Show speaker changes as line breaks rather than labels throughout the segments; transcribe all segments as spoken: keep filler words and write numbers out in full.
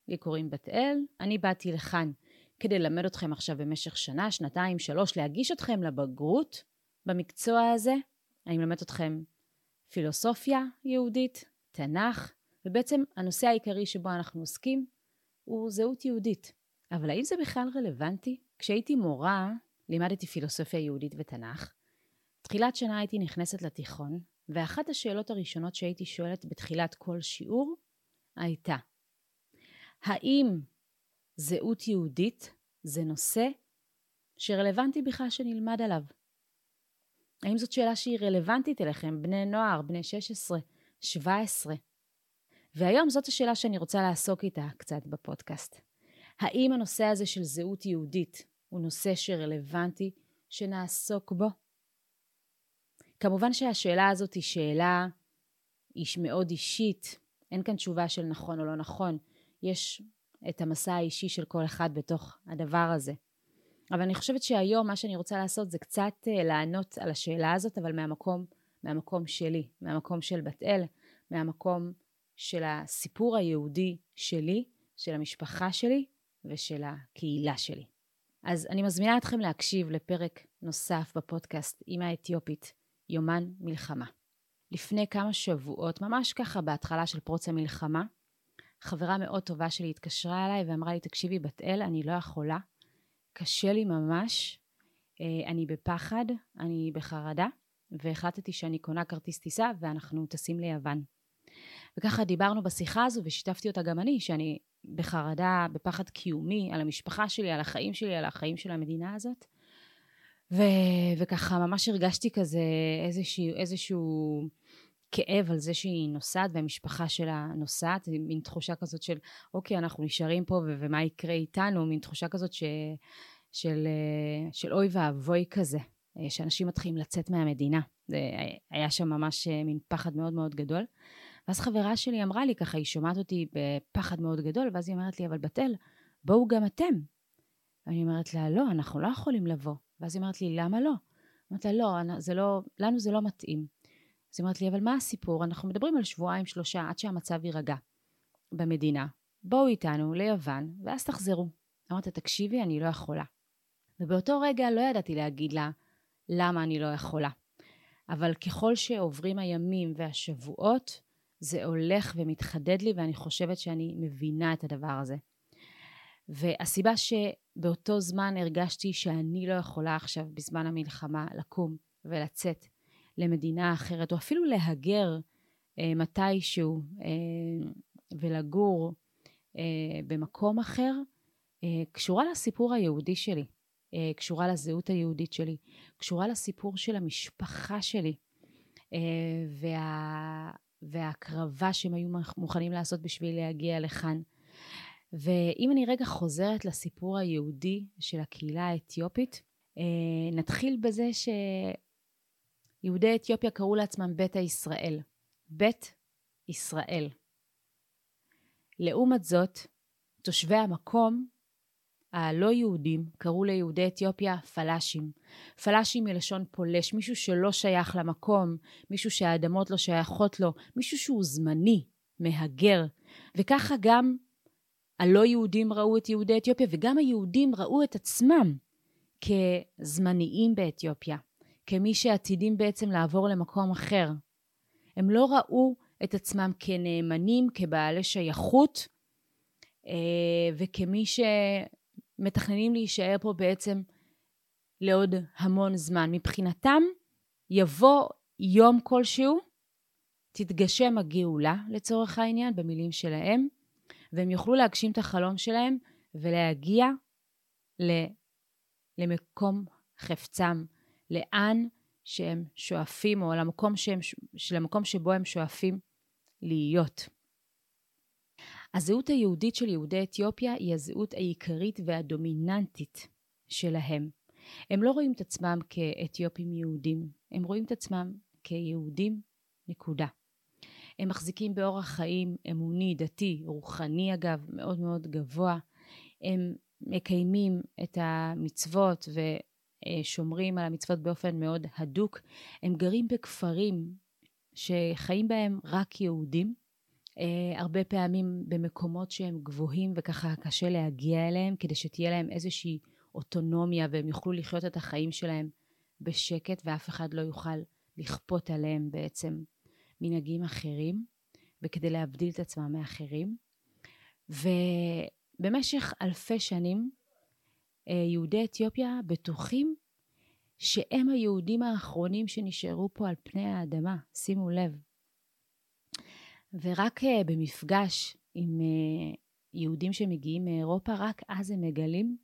לי קוראים בת אל, אני באתי לכאן כדי ללמד אתכם עכשיו במשך שנה, שנתיים, שלוש, להגיש אתכם לבגרות במקצוע הזה. אני מלמד אתכם פילוסופיה יהודית, תנ"ך, ובעצם הנושא העיקרי שבו אנחנו עוסקים הוא זהות יהודית. אבל האם זה בכלל רלוונטי? כשהייתי מורה, לימדתי פילוסופיה יהודית ותנ"ך. תחילת שנה הייתי נכנסת לתיכון, ואחת השאלות הראשונות שהייתי שואלת בתחילת כל שיעור הייתה, האם זהות יהודית זה נושא שרלוונטי בכלל שנלמד עליו? האם זאת שאלה שהיא רלוונטית אליכם, בני נוער, בני שש עשרה, שבע עשרה? והיום זאת השאלה שאני רוצה לעסוק איתה קצת בפודקאסט. האם הנושא הזה של זהות יהודית הוא נושא שרלוונטי שנעסוק בו? כמובן שהשאלה הזאת היא שאלה מאוד אישית, אין כאן תשובה של נכון או לא נכון, יש את המסע האישי של כל אחד בתוך הדבר הזה. אבל אני חושבת שהיום מה שאני רוצה לעשות זה קצת לענות על השאלה הזאת, אבל מהמקום, מהמקום שלי, מהמקום של בת אל, מהמקום של הסיפור היהודי שלי, של המשפחה שלי ושל הקהילה שלי. אז אני מזמינה אתכם להקשיב לפרק נוסף בפודקאסט אמא האתיופית, יומן מלחמה. לפני כמה שבועות, ממש ככה בהתחלה של פרוץ המלחמה, חברה מאוד טובה שלי התקשרה אליי ואמרה לי, תקשיבי בת אל, אני לא יכולה, קשה לי ממש, אני בפחד, אני בחרדה, והחלטתי שאני קונה כרטיס טיסה ואנחנו טסים ליוון. וככה דיברנו בשיחה הזו ושיתפתי אותה גם אני, שאני בחרדה, בפחד קיומי, על המשפחה שלי, על החיים שלי, על החיים של המדינה הזאת. ו... וככה ממש הרגשתי כזה איזשהו, איזשהו כאב על זה שהיא נוסעת והמשפחה שלה נוסעת, מין תחושה כזאת של אוקיי, אנחנו נשארים פה ו... ומה יקרה איתנו, מין תחושה כזאת ש... של, של אוי ואבוי כזה, שאנשים מתחילים לצאת מהמדינה. זה היה שם ממש מין פחד מאוד מאוד גדול. ואז חברה שלי אמרה לי ככה, היא שומעת אותי בפחד מאוד גדול, ואז היא אומרת לי, אבל בת אל, בואו גם אתם. ואני אומרת לה, לא, אנחנו לא יכולים לבוא. ואז היא אומרת לי, למה לא? אמרת לה, לא, זה לא, לנו זה לא מתאים. אז היא אומרת לי, אבל מה הסיפור? אנחנו מדברים על שבועיים, שלושה, עד שהמצב יירגע במדינה. בואו איתנו ליוון, ואז תחזרו. אמרת, תקשיבי, אני לא יכולה. ובאותו רגע לא ידעתי להגיד לה, למה אני לא יכולה. אבל ככל שעוברים הימים והשבועות, זה הולך ומתחדד לי, ואני חושבת שאני מבינה את הדבר הזה. והסיבה שבאותו זמן הרגשתי שאני לא יכולה עכשיו בזמן המלחמה לקום ולצאת למדינה אחרת, או אפילו להגר אה, מתישהו אה, ולגור אה, במקום אחר, אה, קשורה לסיפור היהודי שלי, אה, קשורה לזהות היהודית שלי, קשורה לסיפור של המשפחה שלי, אה, וה... וההקרבה שהם היו מוכנים לעשות בשביל להגיע לכאן. ואם אני רגע חוזרת לסיפור היהודי של הקהילה האתיופית, נתחיל בזה שיהודי אתיופיה קראו לעצמם בית הישראל. בית ישראל. לעומת זאת, תושבי המקום, הלא יהודים, קראו ליהודי אתיופיה פלשים. פלשים מלשון פולש, מישהו שלא שייך למקום, מישהו שהאדמות לא שייכות לו, מישהו שהוא זמני, מהגר. וככה גם הלא יהודים ראו את יהודי אתיופיה, וגם היהודים ראו את עצמם כזמניים באתיופיה, כמי שעתידים בעצם לעבור למקום אחר. הם לא ראו את עצמם כנאמנים, כבעלי שייכות, וכמי שמתכננים להישאר פה בעצם לעוד המון זמן. מבחינתם יבוא יום כלשהו, תתגשם הגאולה לצורך העניין במילים שלהם, והם יוכלו להגשים את החלום שלהם ולהגיע למקום חפצם, לאן שהם שואפים, או למקום, שהם, למקום שבו הם שואפים להיות. הזהות היהודית של יהודי אתיופיה היא הזהות העיקרית והדומיננטית שלהם. הם לא רואים את עצמם כאתיופים יהודים, הם רואים את עצמם כיהודים, נקודה. הם מחזיקים באורח חיים אמוני, דתי, רוחני אגב, מאוד מאוד גבוה. הם מקיימים את המצוות ושומרים על המצוות באופן מאוד הדוק. הם גרים בכפרים שחיים בהם רק יהודים. אה, הרבה פעמים במקומות שהם גבוהים וככה קשה להגיע אליהם, כדי שתהיה להם איזושהי אוטונומיה והם יוכלו לחיות את החיים שלהם בשקט, ואף אחד לא יוכל לכפות עליהם בעצם מנהגים אחרים, וכדי להבדיל את עצמם מאחרים. ובמשך אלפי שנים, יהודי אתיופיה בטוחים שהם היהודים האחרונים שנשארו פה על פני האדמה, שימו לב. ורק במפגש עם יהודים שמגיעים מאירופה, רק אז הם מגלים,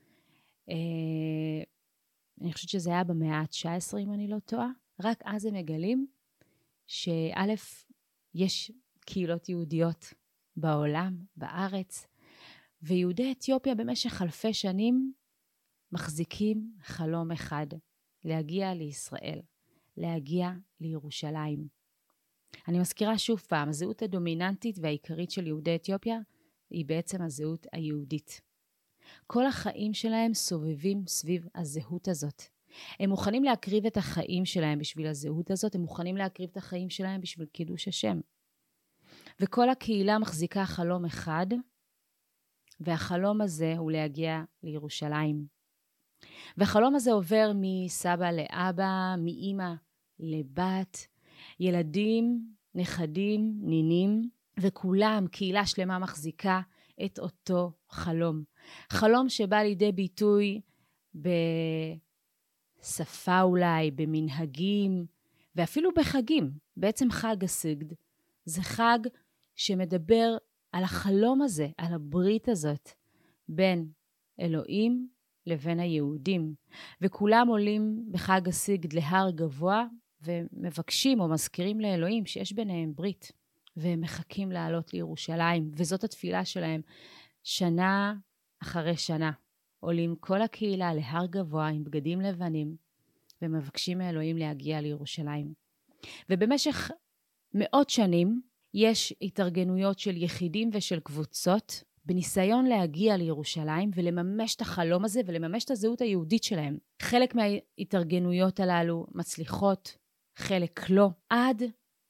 אני חושבת שזה היה במאה ה-תשע עשרה אם אני לא טועה, רק אז הם מגלים שא' יש קהילות יהודיות בעולם, בארץ, ויהודי אתיופיה במשך אלפי שנים מחזיקים חלום אחד, להגיע לישראל, להגיע לירושלים. אני מזכירה שוב פעם, הזהות הדומיננטית והעיקרית של יהודי אתיופיה היא בעצם הזהות היהודית. כל החיים שלהם סובבים סביב הזהות הזאת. הם מוכנים להקריב את החיים שלהם בשביל הזהות הזאת, הם מוכנים להקריב את החיים שלהם בשביל קידוש השם. וכל הקהילה מחזיקה חלום אחד, והחלום הזה הוא להגיע לירושלים. והחלום הזה עובר מסבא לאבא, מאמא לבת, ילדים, נכדים, נינים, וכולם, קהילה שלמה מחזיקה את אותו חלום. חלום שבא לידי ביטוי בשפה אולי, במנהגים, ואפילו בחגים. בעצם חג הסגד זה חג שמדבר על החלום הזה, על הברית הזאת, בין אלוהים לבין היהודים. וכולם עולים בחג הסגד להר גבוה, ומבקשים או מזכירים לאלוהים שיש ביניהם ברית, והם מחכים לעלות לירושלים, וזאת התפילה שלהם שנה אחרי שנה. עולים כל הקהילה להר גבוה עם בגדים לבנים, ומבקשים מאלוהים להגיע לירושלים. ובמשך מאות שנים יש התארגנויות של יחידים ושל קבוצות, בניסיון להגיע לירושלים ולממש את החלום הזה ולממש את הזהות היהודית שלהם. חלק מההתארגנויות הללו מצליחות, חלק לא, עד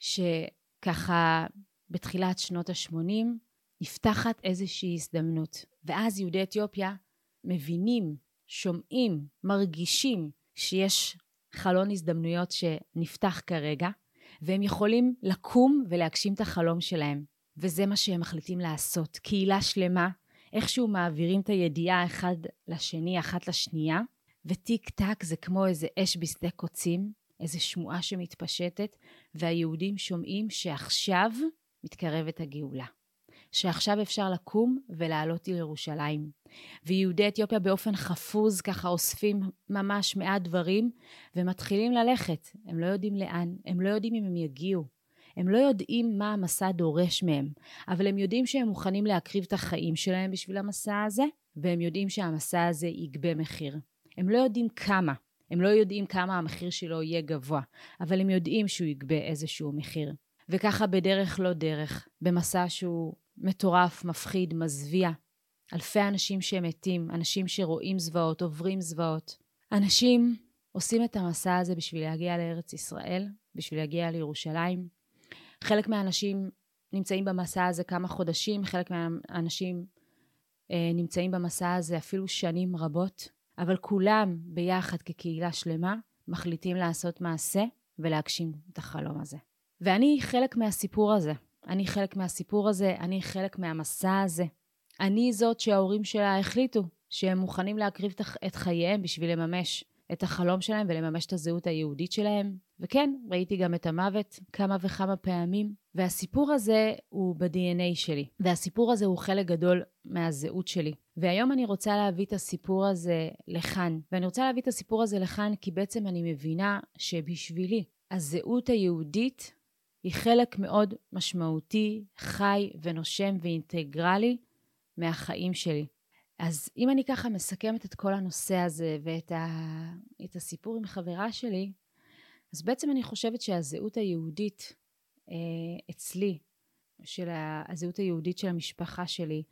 שככה בתחילת שנות ה-שמונים נפתחת איזושהי הזדמנות. ואז יהודי אתיופיה מבינים, שומעים, מרגישים שיש חלון הזדמנויות שנפתח כרגע, והם יכולים לקום ולהגשים את החלום שלהם. וזה מה שהם מחליטים לעשות. קהילה שלמה, איכשהו מעבירים את הידיעה אחד לשני, אחת לשנייה, וטיק טק זה כמו איזה אש בשדה קוצים, איזה שמועה שמתפשטת, והיהודים שומעים שעכשיו מתקרבת הגאולה. שעכשיו אפשר לקום ולעלות לירושלים. ויהודי אתיופיה באופן חפוז ככה אוספים ממש מעט דברים, ומתחילים ללכת. הם לא יודעים לאן, הם לא יודעים אם הם יגיעו. הם לא יודעים מה המסע דורש מהם, אבל הם יודעים שהם מוכנים להקריב את החיים שלהם בשביל המסע הזה, והם יודעים שהמסע הזה יגבה מחיר. הם לא יודעים כמה, הם לא יודעים כמה המחיר שלו יהיה גבוה, אבל הם יודעים שהוא יגבה איזשהו מחיר. וככה בדרך לא דרך, במסע שהוא מטורף, מפחיד, מזוויע. אלפי אנשים שמתים, אנשים שרואים זוועות, עוברים זוועות. אנשים עושים את המסע הזה בשביל להגיע לארץ ישראל, בשביל להגיע לירושלים. חלק מהאנשים נמצאים במסע הזה כמה חודשים, חלק מהאנשים אה, נמצאים במסע הזה אפילו שנים רבות, אבל כולם ביחד כקהילה שלמה מחליטים לעשות מעשה ולהגשים את החלום הזה. ואני חלק מהסיפור הזה, אני חלק מהסיפור הזה, אני חלק מהמסע הזה. אני זאת שההורים שלה החליטו שהם מוכנים להקריב את חייהם בשביל לממש את החלום שלהם ולממש את הזהות היהודית שלהם. וכן, ראיתי גם את המוות כמה וכמה פעמים, והסיפור הזה הוא ב-די אן איי שלי, והסיפור הזה הוא חלק גדול מהזהות שלי. והיום אני רוצה להביא את הסיפור הזה לכאן, ואני רוצה להביא את הסיפור הזה לכאן כי בעצם אני מבינה שבשבילי הזהות היהודית היא חלק מאוד משמעותי, חי ונושם ואינטגרלי מהחיים שלי. אז אם אני ככה מסכמת את כל הנושא הזה ואת ה... את הסיפור עם חברה שלי, אז בעצם אני חושבת שהזהות היהודית אה, אצלי, של הזהות היהודית של המשפחה שלי,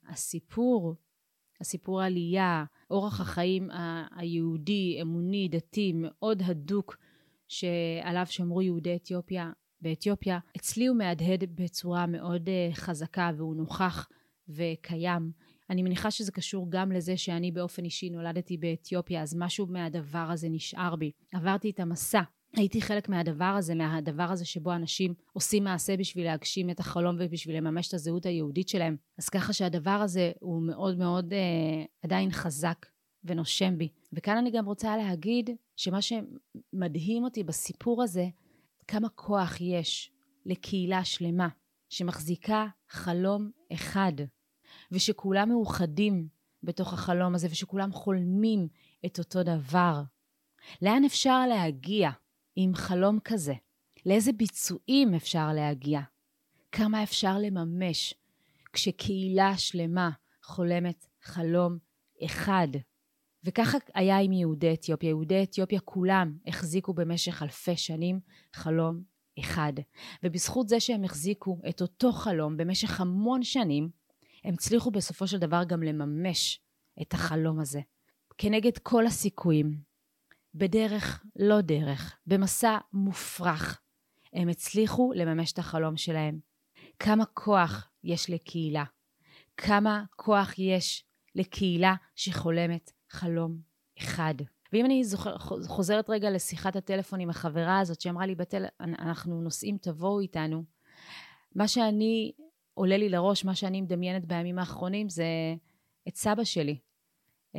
הסיפור, הסיפור העלייה, אורח החיים ה- היהודי, אמוני, דתי, מאוד הדוק, שעליו שמרו יהודי אתיופיה באתיופיה, אצלי הוא מהדהד בצורה מאוד uh, חזקה והוא נוכח וקיים. אני מניחה שזה קשור גם לזה שאני באופן אישי נולדתי באתיופיה, אז משהו מהדבר הזה נשאר בי. עברתי את המסע, הייתי חלק מהדבר הזה, מהדבר הזה שבו אנשים עושים מעשה בשביל להגשים את החלום ובשביל לממש את הזהות היהודית שלהם. אז ככה שהדבר הזה הוא מאוד מאוד אה, עדיין חזק ונושם בי. וכאן אני גם רוצה להגיד שמה שמדהים אותי בסיפור הזה, כמה כוח יש לקהילה שלמה שמחזיקה חלום אחד, ושכולם מאוחדים בתוך החלום הזה, ושכולם חולמים את אותו דבר. לאן אפשר להגיע עם חלום כזה? לאיזה ביצועים אפשר להגיע? כמה אפשר לממש כשקהילה שלמה חולמת חלום אחד? וככה היה עם יהודי אתיופיה. יהודי אתיופיה כולם החזיקו במשך אלפי שנים חלום אחד. ובזכות זה שהם החזיקו את אותו חלום במשך המון שנים, הם הצליחו בסופו של דבר גם לממש את החלום הזה. כנגד כל הסיכויים, בדרך לא דרך, במסע מופרך, הם הצליחו לממש את החלום שלהם. כמה כוח יש לקהילה, כמה כוח יש לקהילה שחולמת חלום אחד. ואם אני זוכר, חוזרת רגע לשיחת הטלפון עם החברה הזאת שאמרה לי, בטל, אנחנו נוסעים, תבואו איתנו, מה שאני עולה לי לראש, מה שאני מדמיינת בימים האחרונים, זה את סבא שלי. אה,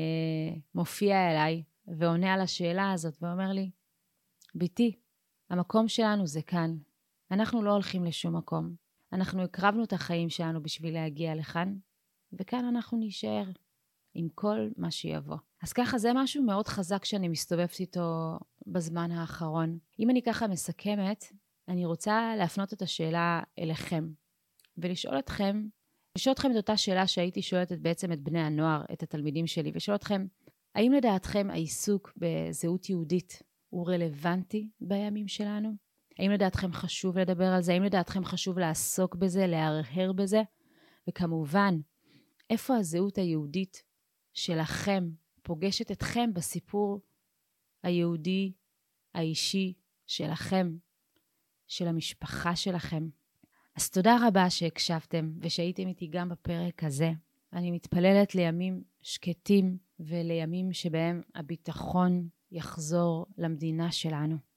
מופיע אליי ועונה על השאלה הזאת ואומר לי, ביתי, המקום שלנו זה כאן. אנחנו לא הולכים לשום מקום. אנחנו הקרבנו את החיים שלנו בשביל להגיע לכאן, וכאן אנחנו נשאר עם כל מה שיבוא. אז ככה זה משהו מאוד חזק שאני מסתובבת איתו בזמן האחרון. אם אני ככה מסכמת, אני רוצה להפנות את השאלה אליכם, ולשאול אתכם, לשאול אתכם את אותה שאלה שהייתי שואלת בעצם את בני הנוער, את התלמידים שלי, ושאול אתכם, האם לדעתכם העיסוק בזהות יהודית הוא רלוונטי בימים שלנו? האם לדעתכם חשוב לדבר על זה? האם לדעתכם חשוב לעסוק בזה, להרהר בזה? וכמובן, איפה הזהות היהודית שלכם פוגשת אתכם בסיפור היהודי האישי שלכם, של המשפחה שלכם? אז תודה רבה שהקשבתם ושהייתם איתי גם בפרק הזה. אני מתפללת לימים שקטים ולימים שבהם הביטחון יחזור למדינה שלנו.